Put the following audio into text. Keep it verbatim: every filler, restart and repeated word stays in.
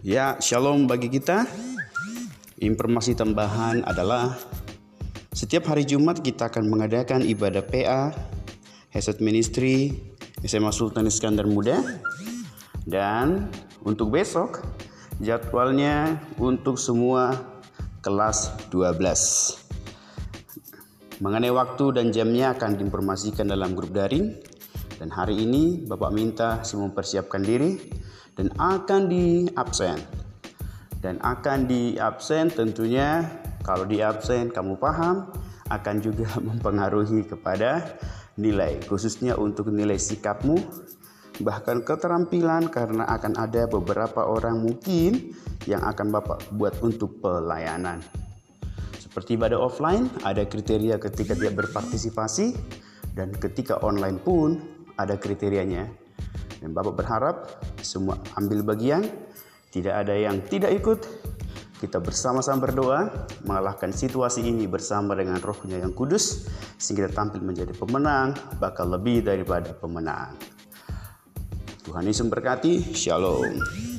Ya, shalom bagi kita. Informasi tambahan adalah setiap hari Jumat kita akan mengadakan ibadah P A, Headset Ministry, S M A Sultan Iskandar Muda. Dan untuk besok jadwalnya untuk semua kelas dua belas. Mengenai waktu dan jamnya akan diinformasikan dalam grup daring. Dan hari ini Bapak minta semua mempersiapkan diri dan akan di absen. Dan akan di absen tentunya kalau di absen kamu paham akan juga mempengaruhi kepada nilai, khususnya untuk nilai sikapmu, bahkan keterampilan, karena akan ada beberapa orang mungkin yang akan Bapak buat untuk pelayanan. Seperti pada offline ada kriteria ketika dia berpartisipasi, dan ketika online pun ada kriterianya. Dan Bapak berharap semua ambil bagian, tidak ada yang tidak ikut. Kita bersama-sama berdoa mengalahkan situasi ini bersama dengan Roh-Nya yang kudus, sehingga kita tampil menjadi pemenang, bakal lebih daripada pemenang. Tuhan Yesus memberkati. Shalom.